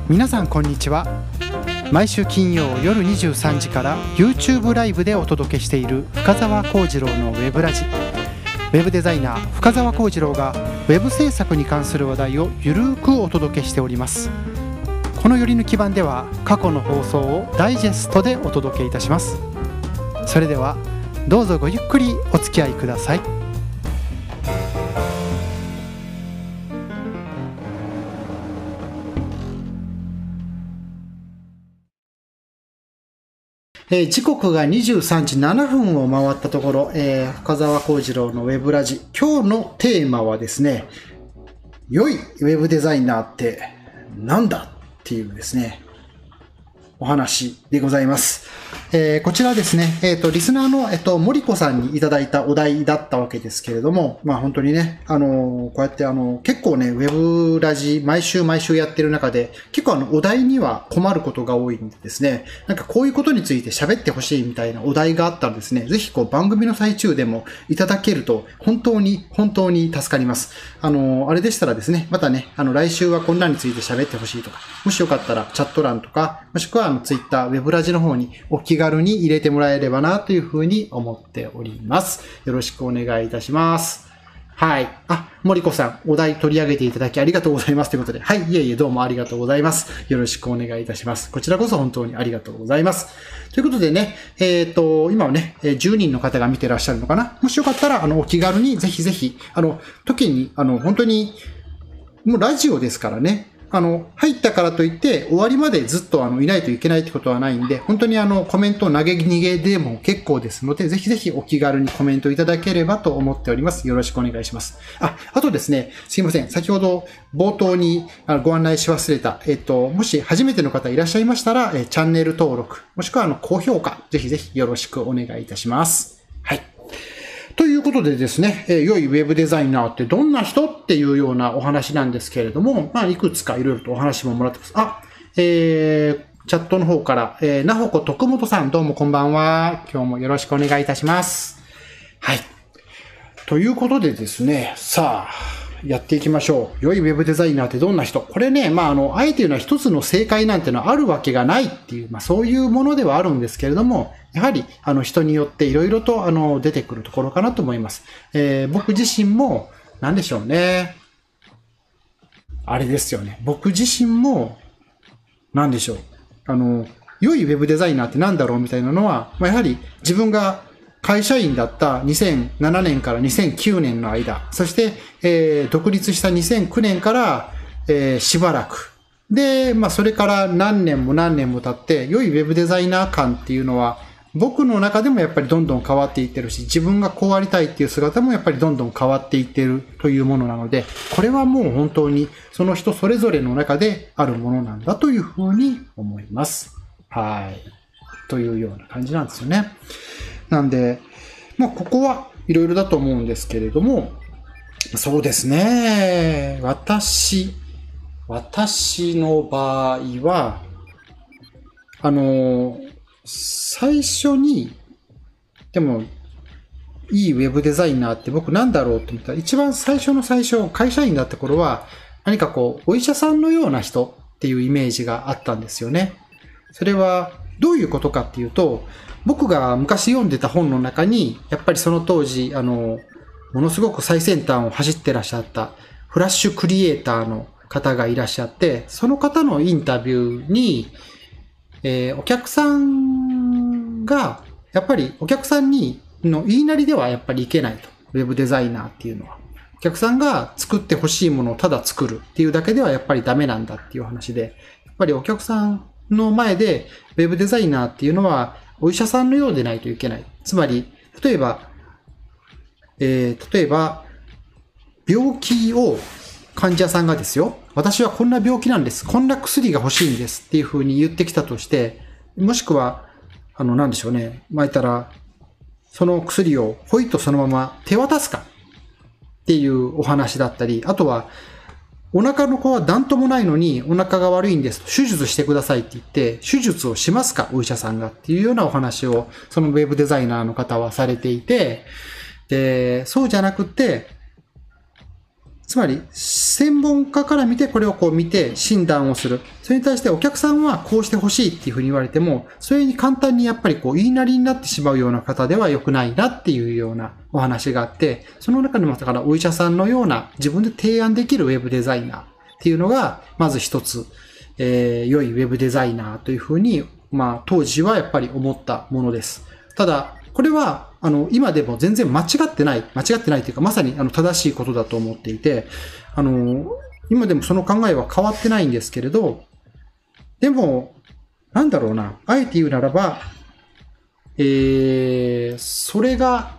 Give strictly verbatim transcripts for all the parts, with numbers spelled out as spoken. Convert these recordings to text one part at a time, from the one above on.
皆さんこんにちは。毎週金曜夜にじゅうさんじから YouTube ライブでお届けしている深澤幸次郎のウェブラジ。ウェブデザイナー深澤幸次郎がウェブ制作に関する話題をゆるーくお届けしております。このより抜き版では過去の放送をダイジェストでお届けいたします。それではどうぞごゆっくりお付き合いください。えー、時刻がにじゅうさんじななふんを回ったところ、えー、深澤幸次郎のウェブラジ。今日のテーマはですね、良いウェブデザイナーってなんだっていうですね、お話でございます。えー、こちらですね、えっと、リスナーの、えっと、森子さんにいただいたお題だったわけですけれども、まあ本当にね、あの、こうやってあの、結構ね、ウェブラジ、毎週毎週やってる中で、結構あの、お題には困ることが多いんでですね、なんかこういうことについて喋ってほしいみたいなお題があったらですね、ぜひこう番組の最中でもいただけると、本当に、本当に助かります。あの、あれでしたらですね、またね、あの、来週はこんなについて喋ってほしいとか、もしよかったらチャット欄とか、もしくはあの、ツイッター、ウェブラジの方にお気軽に入れてもらえればなというふうに思っております。よろしくお願いいたします。はい。あ、森子さん、お題取り上げていただきありがとうございますということで。はい。いえいえ、どうもありがとうございます。よろしくお願いいたします。こちらこそ本当にありがとうございます。ということでね、えっと、今はね、じゅうにんの方が見てらっしゃるのかな。もしよかったら、あの、お気軽にぜひぜひ、あの、時に、あの、本当に、もうラジオですからね。あの、入ったからといって終わりまでずっとあの、いないといけないってことはないんで、本当にあの、コメント投げ逃げでも結構ですので、ぜひぜひお気軽にコメントいただければと思っております。よろしくお願いします。あ、あとですね、すいません。先ほど冒頭にご案内し忘れた、えっと、もし初めての方いらっしゃいましたら、えチャンネル登録、もしくはあの、高評価、ぜひぜひよろしくお願いいたします。はい。ということでですね、えー、良いウェブデザイナーってどんな人っていうようなお話なんですけれども、まあ、いくつかいろいろとお話ももらってます。あ、えー、チャットの方から、えー、なほこ徳本さん、どうもこんばんは。今日もよろしくお願いいたします。はい。ということでですね、さあ、やっていきましょう。良いウェブデザイナーってどんな人？これね、まあ、あの、あえて言うのは一つの正解なんてのはあるわけがないっていう、まあ、そういうものではあるんですけれども、やはり、あの、人によっていろいろと、あの、出てくるところかなと思います。えー、僕自身も、なんでしょうね。あれですよね。僕自身も、なんでしょう。あの、良いウェブデザイナーってなんだろうみたいなのは、まあ、やはり自分が会社員だったにせんななねんからにせんきゅうねんの間、そして、えー、独立したにせんきゅうねんから、えー、しばらく。で、まあ、それから何年も何年も経って、良いウェブデザイナー感っていうのは、僕の中でもやっぱりどんどん変わっていってるし、自分がこうありたいっていう姿もやっぱりどんどん変わっていってるというものなので、これはもう本当にその人それぞれの中であるものなんだというふうに思います。はい。というような感じなんですよね。なんで、まあここはいろいろだと思うんですけれども、そうですね。私、私の場合は、あの、最初に、でも、いいウェブデザイナーって僕なんだろうと思ったら、一番最初の最初、会社員だった頃は、何かこう、お医者さんのような人っていうイメージがあったんですよね。それは、どういうことかっていうと、僕が昔読んでた本の中に、やっぱりその当時、あの、ものすごく最先端を走ってらっしゃった、フラッシュクリエイターの方がいらっしゃって、その方のインタビューに、えー、お客さんが、やっぱりお客さんにの言いなりではやっぱりいけないと。ウェブデザイナーっていうのは。お客さんが作ってほしいものをただ作るっていうだけではやっぱりダメなんだっていう話で、やっぱりお客さんの前でウェブデザイナーっていうのはお医者さんのようでないといけない。つまり、例えば、えー、例えば、病気を患者さんがですよ、私はこんな病気なんです。こんな薬が欲しいんですっていう風に言ってきたとして、もしくは、あの、なんでしょうね。巻いたら、その薬をほいとそのまま手渡すかっていうお話だったり、あとは、お腹の子は何ともないのにお腹が悪いんですと手術してくださいって言って、手術をしますかお医者さんがっていうようなお話を、そのウェブデザイナーの方はされていて、で、そうじゃなくて、 つまり、専門家から見てこれをこう見て診断をする。それに対してお客さんはこうしてほしいっていうふうに言われても、それに簡単にやっぱりこう言いなりになってしまうような方では良くないなっていうようなお話があって、その中でもだからお医者さんのような自分で提案できるウェブデザイナーっていうのが、まず一つ、えー、良いウェブデザイナーというふうに、まあ当時はやっぱり思ったものです。ただ、これは、あの、今でも全然間違ってない、間違ってないというか、まさにあの正しいことだと思っていて、あの、今でもその考えは変わってないんですけれど、でも、なんだろうな、あえて言うならば、えー、それが、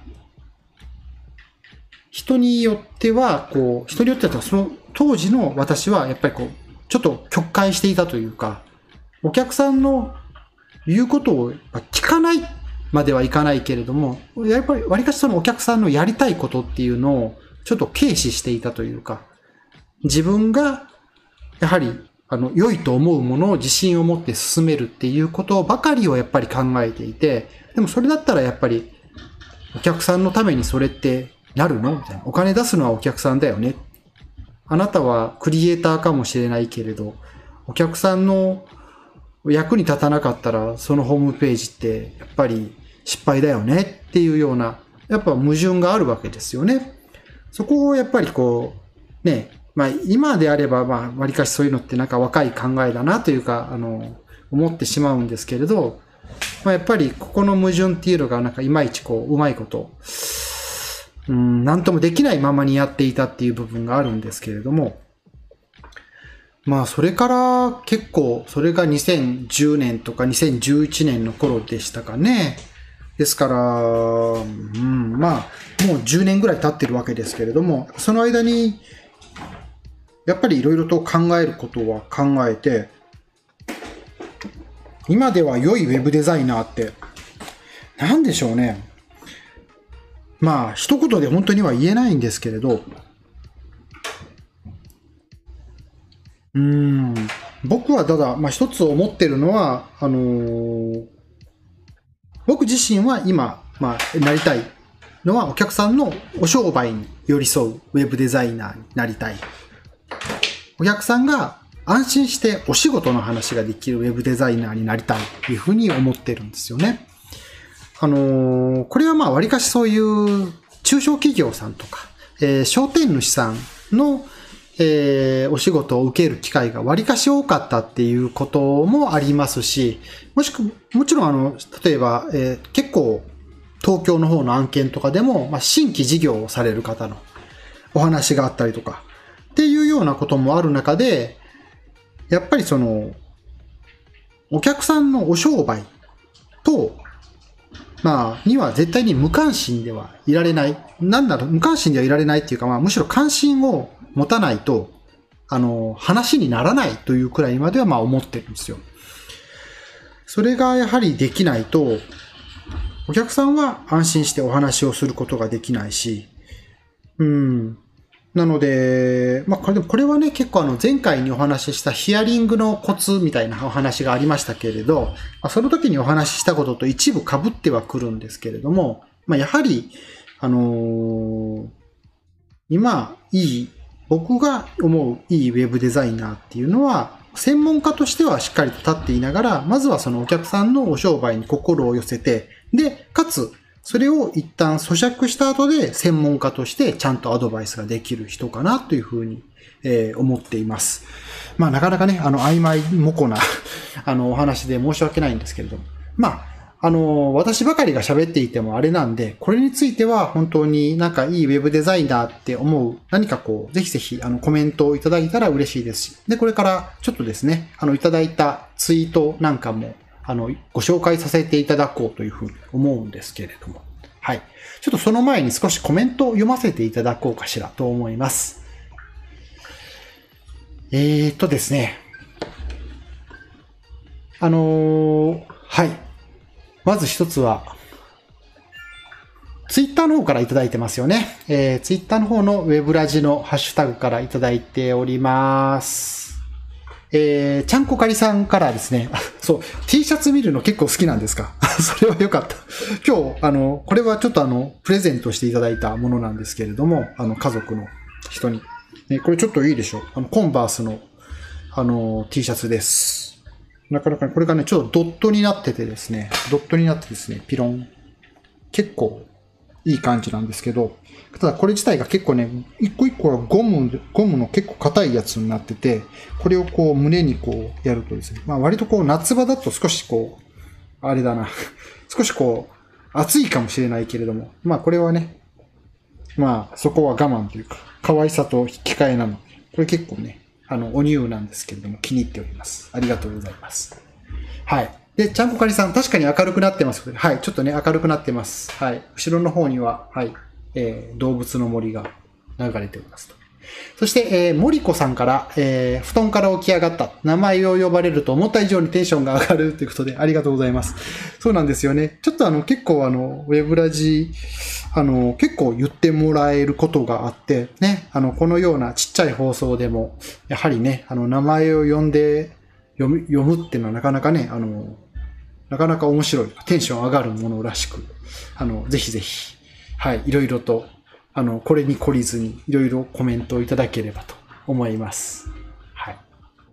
人によっては、こう、人によっては、その当時の私は、やっぱりこう、ちょっと曲解していたというか、お客さんの言うことを聞かないまではいかないけれども、やっぱり割かしそのお客さんのやりたいことっていうのをちょっと軽視していたというか、自分がやはりあの良いと思うものを自信を持って進めるっていうことばかりをやっぱり考えていて、でもそれだったらやっぱりお客さんのためにそれってなるのみたいな。お金出すのはお客さんだよね。あなたはクリエイターかもしれないけれど、お客さんの役に立たなかったらそのホームページってやっぱり失敗だよねっていうようなやっぱ矛盾があるわけですよね。そこをやっぱりこうね、まあ今であればまあ割かしそういうのってなんか若い考えだなというかあの思ってしまうんですけれど、まあ、やっぱりここの矛盾っていうのがなんかいまいちこううまいことうんなんともできないままにやっていたっていう部分があるんですけれども。まあ、それから結構、それがにせんじゅうねんとかにせんじゅういちねんの頃でしたかね。ですから、うん、まあ、もうじゅうねんぐらい経ってるわけですけれども、その間に、やっぱりいろいろと考えることは考えて、今では良いウェブデザイナーって、なんでしょうね。まあ、一言で本当には言えないんですけれど、うーん僕はただ、まあ、一つ思ってるのは、あのー、僕自身は今、まあ、なりたいのはお客さんのお商売に寄り添うウェブデザイナーになりたい。お客さんが安心してお仕事の話ができるウェブデザイナーになりたいというふうに思ってるんですよね。あのー、これはまあ、わりかしそういう中小企業さんとか、えー、商店主さんのえー、お仕事を受ける機会が割かし多かったっていうこともありますし、もしく、もちろんあの、例えば、えー、結構東京の方の案件とかでも、まあ、新規事業をされる方のお話があったりとか、っていうようなこともある中で、やっぱりその、お客さんのお商売と、まあ、には絶対に無関心ではいられない。なんだろう、無関心ではいられないっていうか、まあ、むしろ関心を持たないと、あの、話にならないというくらいまではまあ思ってるんですよ。それがやはりできないと、お客さんは安心してお話をすることができないし、うん。なので、まあこれ、これはね、結構あの前回にお話ししたヒアリングのコツみたいなお話がありましたけれど、その時にお話ししたことと一部被ってはくるんですけれども、まあやはり、あのー、今、いい、僕が思ういいウェブデザイナーっていうのは、専門家としてはしっかりと立っていながら、まずはそのお客さんのお商売に心を寄せて、で、かつ、それを一旦咀嚼した後で専門家としてちゃんとアドバイスができる人かなというふうに、えー、思っています。まあなかなかね、あの曖昧模糊なあのお話で申し訳ないんですけれども。まあ、あの、私ばかりが喋っていてもあれなんで、これについては本当になんかいいウェブデザイナーって思う何かこう、ぜひぜひあのコメントをいただいたら嬉しいですし、で、これからちょっとですね、あのいただいたツイートなんかもあの、ご紹介させていただこうというふうに思うんですけれども。はい。ちょっとその前に少しコメントを読ませていただこうかしらと思います。えーっとですね。あのー、はい。まず一つは、ツイッターの方からいただいてますよね。えー、ツイッターの方のウェブラジのハッシュタグからいただいております。えー、ちゃんこかりさんからですね、そう、T シャツ見るの結構好きなんですかそれはよかった。今日、あの、これはちょっとあの、プレゼントしていただいたものなんですけれども、あの、家族の人に。 ね、これちょっといいでしょ。あの、コンバースの、あの、T シャツです。なかなかこれがね、ちょっとドットになっててですね、ドットになってですね、ピロン。結構いい感じなんですけど、ただこれ自体が結構ね、一個一個がゴム、ゴムの結構硬いやつになってて、これをこう胸にこうやるとですね、まあ割とこう夏場だと少しこう、あれだな、少しこう、暑いかもしれないけれども、まあこれはね、まあそこは我慢というか、可愛さと引き換えなので、これ結構ね、あの、おニューなんですけれども、気に入っております。ありがとうございます。はい。で、ちゃんこかりさん、確かに明るくなってます。はい。ちょっとね、明るくなってます。はい。後ろの方には、はい。えー、動物の森が流れておりますと。そして、えー、森子さんから、えー、布団から起き上がった。名前を呼ばれると思った以上にテンションが上がるということで、ありがとうございます。そうなんですよね。ちょっとあの、結構あの、ウェブラジ、あの、結構言ってもらえることがあって、ね、あの、このようなちっちゃい放送でも、やはりね、あの、名前を呼んで読む、読むっていうのはなかなかね、あの、なかなか面白い、テンション上がるものらしく、あの、ぜひぜひ、はい、いろいろと、あの、これに懲りずに、いろいろコメントをいただければと思います。はい。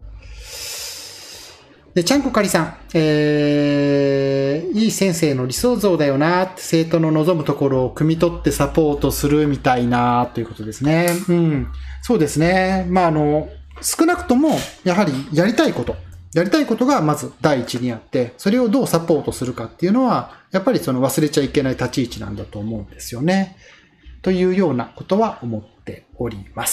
で、ちゃんこかりさん、えー、いい先生の理想像だよな、生徒の望むところを汲み取ってサポートするみたいな、ということですね。うん。そうですね。まあ、あの、少なくとも、やはりやりたいこと。やりたいことがまず第一にあって、それをどうサポートするかっていうのは、やっぱりその忘れちゃいけない立ち位置なんだと思うんですよね。というようなことは思っております。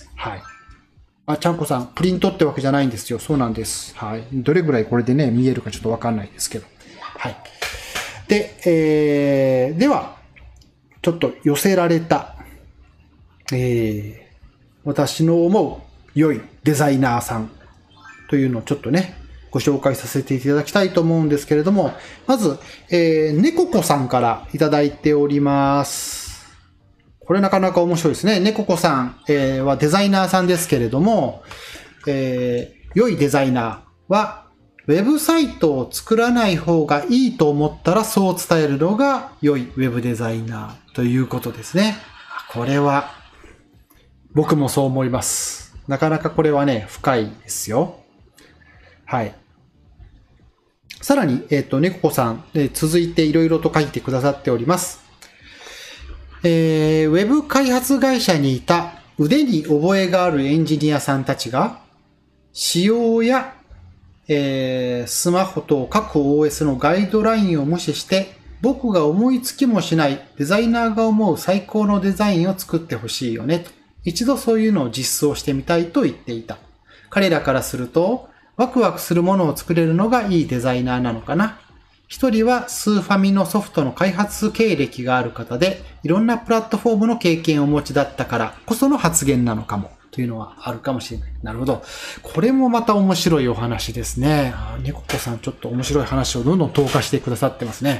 はい。あ、ちゃんこさん、プリントってわけじゃないんですよ。そうなんです。はい。どれぐらいこれでね、見えるかちょっとわかんないですけど。はい。で、えー、では、ちょっと寄せられた、えー、私の思う良いデザイナーさん。というのをちょっとね、ご紹介させていただきたいと思うんですけれども、まず、えー、ねここさんからいただいております。これなかなか面白いですね。ねここさん、えー、はデザイナーさんですけれども、えー、良いデザイナーは、ウェブサイトを作らない方がいいと思ったらそう伝えるのが良いウェブデザイナーということですね。これは、僕もそう思います。なかなかこれはね、深いですよ。はい。さらに、えっと、ねここさん、えー、続いていろいろと書いてくださっております。えー、ウェブ開発会社にいた腕に覚えがあるエンジニアさんたちが、仕様や、えー、スマホと各 オーエス のガイドラインを無視して、僕が思いつきもしないデザイナーが思う最高のデザインを作ってほしいよねと。一度そういうのを実装してみたいと言っていた。彼らからすると、ワクワクするものを作れるのがいいデザイナーなのかな。一人はスーファミのソフトの開発経歴がある方で、いろんなプラットフォームの経験をお持ちだったからこその発言なのかも。というのはあるかもしれない。なるほど。これもまた面白いお話ですね。ねここさんちょっと面白い話をどんどん投下してくださってますね。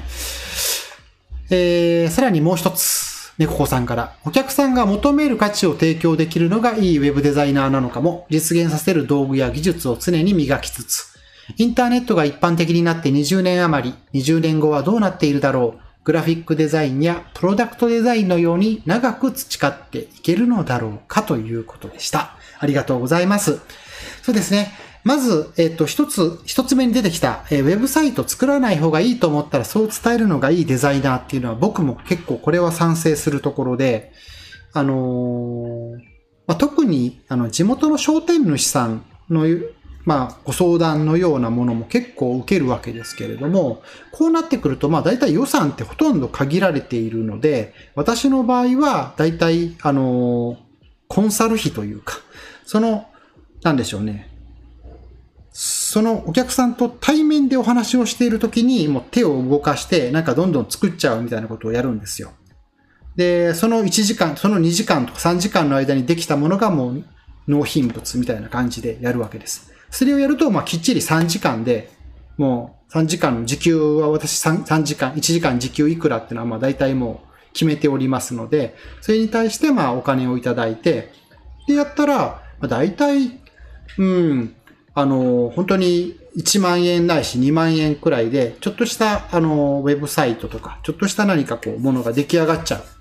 えー、さらにもう一つ。ねここさんから、お客さんが求める価値を提供できるのがいいウェブデザイナーなのかも、実現させる道具や技術を常に磨きつつ、インターネットが一般的になってにじゅうねん余り、にじゅうねんごはどうなっているだろう、グラフィックデザインやプロダクトデザインのように長く培っていけるのだろうかということでした。ありがとうございます。そうですね。まず、えっと、一つ、一つ目に出てきた、えー、ウェブサイト作らない方がいいと思ったらそう伝えるのがいいデザイナーっていうのは僕も結構これは賛成するところで、あのーまあ、特に、あの、地元の商店主さんの、まあ、ご相談のようなものも結構受けるわけですけれども、こうなってくると、まあ、大体予算ってほとんど限られているので、私の場合は、大体、あのー、コンサル費というか、その、なんでしょうね。そのお客さんと対面でお話をしているときにもう手を動かしてなんかどんどん作っちゃうみたいなことをやるんですよ。で、そのいちじかん、そのにじかんとかさんじかんの間にできたものがもう納品物みたいな感じでやるわけです。それをやるとまあきっちりさんじかんでもうさんじかんの時給は私 3, 3時間、いちじかん時給いくらっていうのはまあ大体もう決めておりますので、それに対してまあお金をいただいて、でやったらまあ大体、うん、あの、本当にいちまんえんないしにまんえんくらいで、ちょっとした、あの、ウェブサイトとか、ちょっとした何かこう、ものが出来上がっちゃう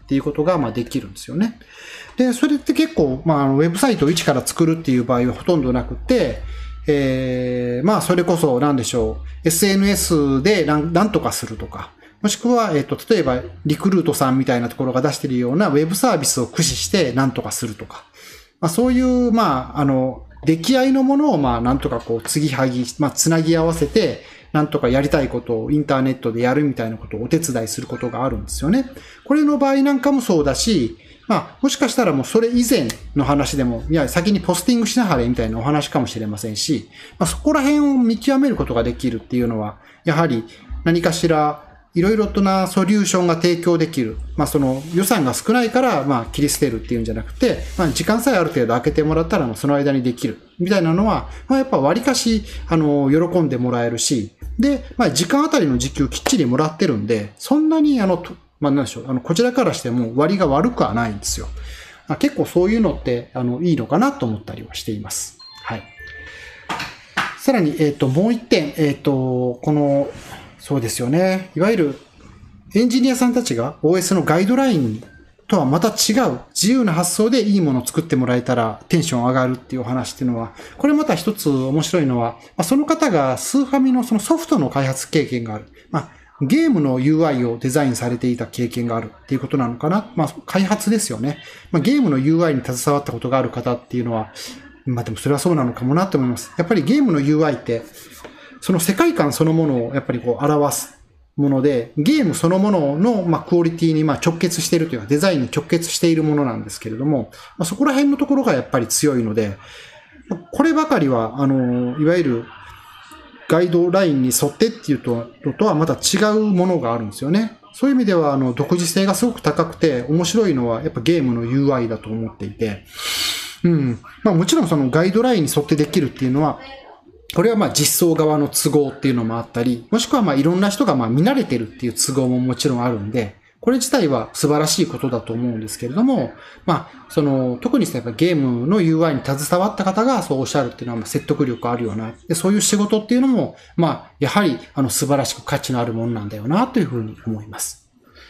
っていうことがまあできるんですよね。で、それって結構、まあ、ウェブサイトを一から作るっていう場合はほとんどなくて、えー、まあ、それこそ、なんでしょう、エスエヌエス でなんなんとかするとか、もしくは、えっと、例えば、リクルートさんみたいなところが出しているようなウェブサービスを駆使してなんとかするとか、まあ、そういう、まあ、あの、出来合いのものを、まあ、なんとかこう、継ぎはぎ、まあ、つなぎ合わせて、なんとかやりたいことをインターネットでやるみたいなことをお手伝いすることがあるんですよね。これの場合なんかもそうだし、まあ、もしかしたらもうそれ以前の話でも、いや、先にポスティングしなはれみたいなお話かもしれませんし、まあ、そこら辺を見極めることができるっていうのは、やはり何かしらいろいろとなソリューションが提供できる。まあ、その予算が少ないから、まあ、切り捨てるっていうんじゃなくて、まあ、時間さえある程度空けてもらったら、その間にできる。みたいなのは、まあ、やっぱ割かし、あの、喜んでもらえるし、で、まあ、時間あたりの時給きっちりもらってるんで、そんなに、あの、まあ、なんでしょう、あの、こちらからしても割が悪くはないんですよ。まあ、結構そういうのって、あの、いいのかなと思ったりはしています。はい。さらに、えっと、もう一点、えっと、この、そうですよね。いわゆる、エンジニアさんたちが オーエス のガイドラインとはまた違う自由な発想でいいものを作ってもらえたらテンション上がるっていうお話っていうのは、これまた一つ面白いのは、その方がスーファミのそのソフトの開発経験がある。まあ、ゲームの ユーアイ をデザインされていた経験があるっていうことなのかな。まあ、開発ですよね。まあ、ゲームの ユーアイ に携わったことがある方っていうのは、まあでもそれはそうなのかもなと思います。やっぱりゲームの ユーアイって、その世界観そのものをやっぱりこう表すもので、ゲームそのものの、まあ、クオリティに、まあ、直結しているというか、デザインに直結しているものなんですけれども、まあ、そこら辺のところがやっぱり強いので、こればかりは、あの、いわゆるガイドラインに沿ってっていうと、とはまた違うものがあるんですよね。そういう意味では、あの、独自性がすごく高くて、面白いのは、やっぱゲームの ユーアイ だと思っていて、うん。まあ、もちろんそのガイドラインに沿ってできるっていうのは、これはまあ実装側の都合っていうのもあったり、もしくはまあいろんな人がまあ見慣れてるっていう都合ももちろんあるんで、これ自体は素晴らしいことだと思うんですけれども、まあ、その、特にやっぱゲームの ユーアイ に携わった方がそうおっしゃるっていうのはまあ説得力あるよな。で、そういう仕事っていうのも、まあ、やはりあの素晴らしく価値のあるものなんだよなというふうに思います。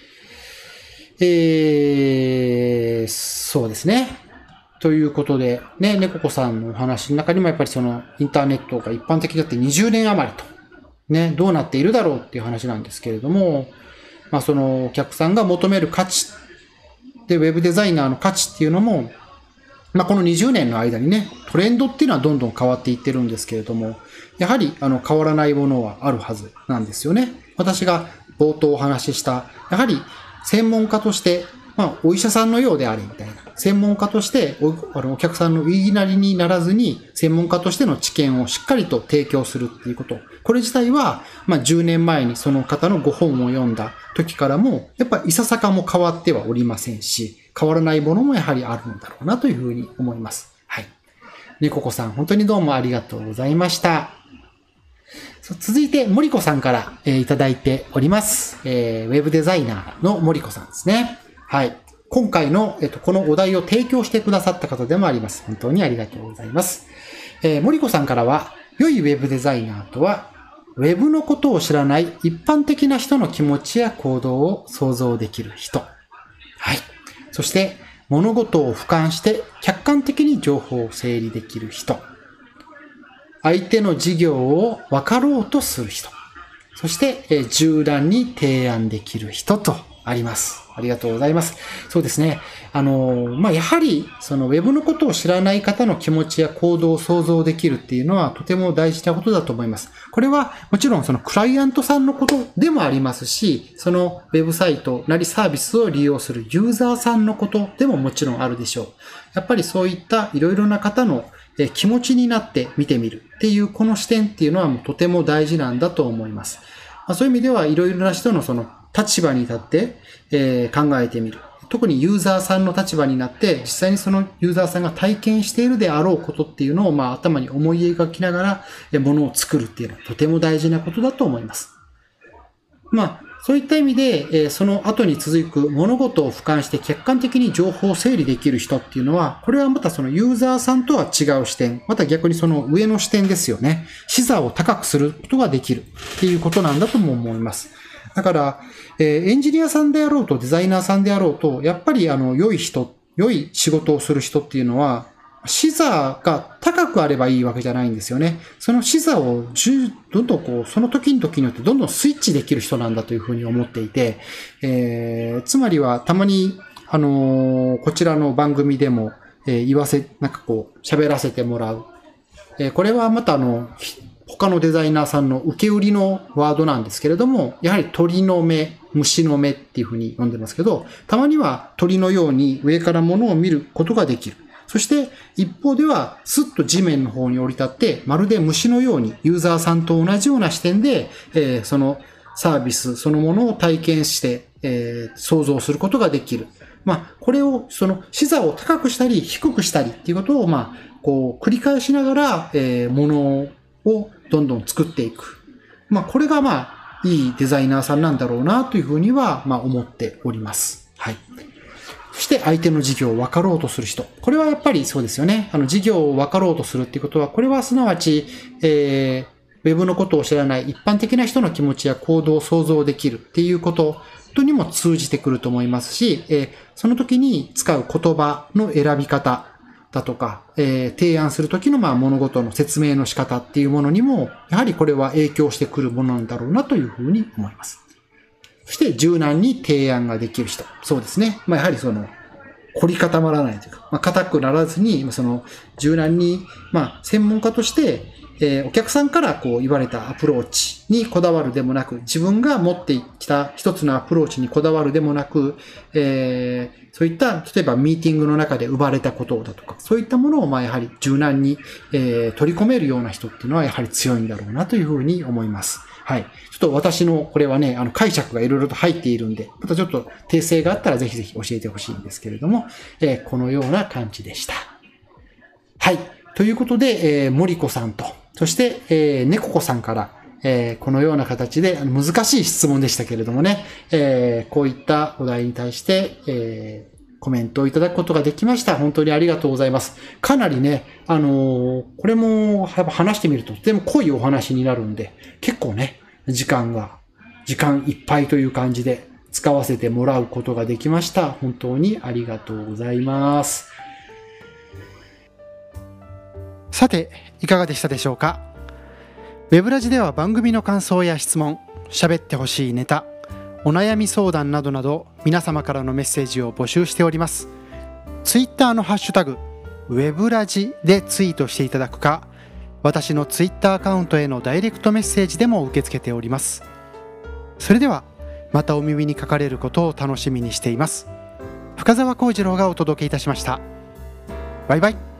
えー、そうですね。ということで、ね、猫子さんのお話の中にもやっぱりそのインターネットが一般的だってにじゅうねん余りと、ね、どうなっているだろうっていう話なんですけれども、まあそのお客さんが求める価値で、ウェブデザイナーの価値っていうのも、まあこのにじゅうねんの間にね、トレンドっていうのはどんどん変わっていってるんですけれども、やはりあの変わらないものはあるはずなんですよね。私が冒頭お話しした、やはり専門家として、まあ、お医者さんのようであれみたいな。専門家としてお、あの、お客さんの言いなりにならずに、専門家としての知見をしっかりと提供するっていうこと。これ自体は、まあ、じゅうねんまえにその方のご本を読んだ時からも、やっぱいささかも変わってはおりませんし、変わらないものもやはりあるんだろうなというふうに思います。はい。猫子さん、本当にどうもありがとうございました。続いて、森子さんから、えー、いただいております。えー、ウェブデザイナーの森子さんですね。はい。今回の、えっと、このお題を提供してくださった方でもあります。本当にありがとうございます。えー、森子さんからは、良いウェブデザイナーとは、ウェブのことを知らない一般的な人の気持ちや行動を想像できる人。はい。そして、物事を俯瞰して客観的に情報を整理できる人。相手の事業を分かろうとする人。そして、えー、柔軟に提案できる人とあります。ありがとうございます。そうですね。あの、まあ、やはり、そのウェブのことを知らない方の気持ちや行動を想像できるっていうのはとても大事なことだと思います。これはもちろんそのクライアントさんのことでもありますし、そのウェブサイトなりサービスを利用するユーザーさんのことでももちろんあるでしょう。やっぱりそういったいろいろな方の気持ちになって見てみるっていうこの視点っていうのはもうとても大事なんだと思います。そういう意味ではいろいろな人のその立場に立って、えー、考えてみる。特にユーザーさんの立場になって、実際にそのユーザーさんが体験しているであろうことっていうのを、まあ、頭に思い描きながら、えー、ものを作るっていうのはとても大事なことだと思います。まあ、そういった意味で、えー、その後に続く物事を俯瞰して客観的に情報を整理できる人っていうのは、これはまたそのユーザーさんとは違う視点、また逆にその上の視点ですよね。視座を高くすることができるっていうことなんだとも思います。 だから、えーエンジニアさんであろうとデザイナーさんであろうと、やっぱりあの、良い人、良い仕事をする人っていうのは、視座が高くあればいいわけじゃないんですよね。その視座をじゅどんどんこう、その時々によってどんどんスイッチできる人なんだというふうに思っていて、えー、つまりはたまに、あのーこちらの番組でも、えー言わせ、なんかこう、喋らせてもらう。えーこれはまたあの、ひ他のデザイナーさんの受け売りのワードなんですけれども、やはり鳥の目、虫の目っていうふうに呼んでますけど、たまには鳥のように上から物を見ることができる。そして一方ではスッと地面の方に降り立ってまるで虫のようにユーザーさんと同じような視点で、えーそのサービスそのものを体験して、えー想像することができる。まあこれをその視座を高くしたり低くしたりっていうことをまあこう繰り返しながら、えーものをどんどん作っていく。まあこれがまあいいデザイナーさんなんだろうなというふうにはまあ思っております。はい。そして相手の事業を分かろうとする人。これはやっぱりそうですよね。あの事業を分かろうとするっていうことは、これはすなわち、えー、ウェブのことを知らない一般的な人の気持ちや行動を想像できるっていうことにも通じてくると思いますし、えー、その時に使う言葉の選び方だとか、えー、提案する時のまあ物事の説明の仕方っていうものにも、やはりこれは影響してくるものなんだろうなというふうに思います。そして柔軟に提案ができる人。そうですね。まあやはりその、凝り固まらないというか、まあ硬くならずに、その、柔軟に、まあ専門家として、えーお客さんからこう言われたアプローチにこだわるでもなく、自分が持ってきた一つのアプローチにこだわるでもなく、えーそういった、例えばミーティングの中で生まれたことだとか、そういったものをまあやはり柔軟に、えー取り込めるような人っていうのはやはり強いんだろうなというふうに思います。はい。ちょっと私のこれはね、あの解釈がいろいろと入っているんで、またちょっと訂正があったらぜひぜひ教えてほしいんですけれども、えーこのような感じでした。はい。ということで、えー、森子さんと、そして、えー、猫子さんから、えーこのような形で、難しい質問でしたけれどもね、えーこういったお題に対して、えーコメントをいただくことができました。本当にありがとうございます。かなりね、あのーこれもやっぱ話してみるととても濃いお話になるんで、結構ね、時間が、時間いっぱいという感じで使わせてもらうことができました。本当にありがとうございます。さて、いかがでしたでしょうか。ウェブラジでは番組の感想や質問、喋ってほしいネタ、お悩み相談などなど皆様からのメッセージを募集しております。ツイッターのハッシュタグウェブラジでツイートしていただくか、私のツイッターアカウントへのダイレクトメッセージでも受け付けております。それではまたお耳にかかれることを楽しみにしています。深澤幸次郎がお届けいたしました。バイバイ。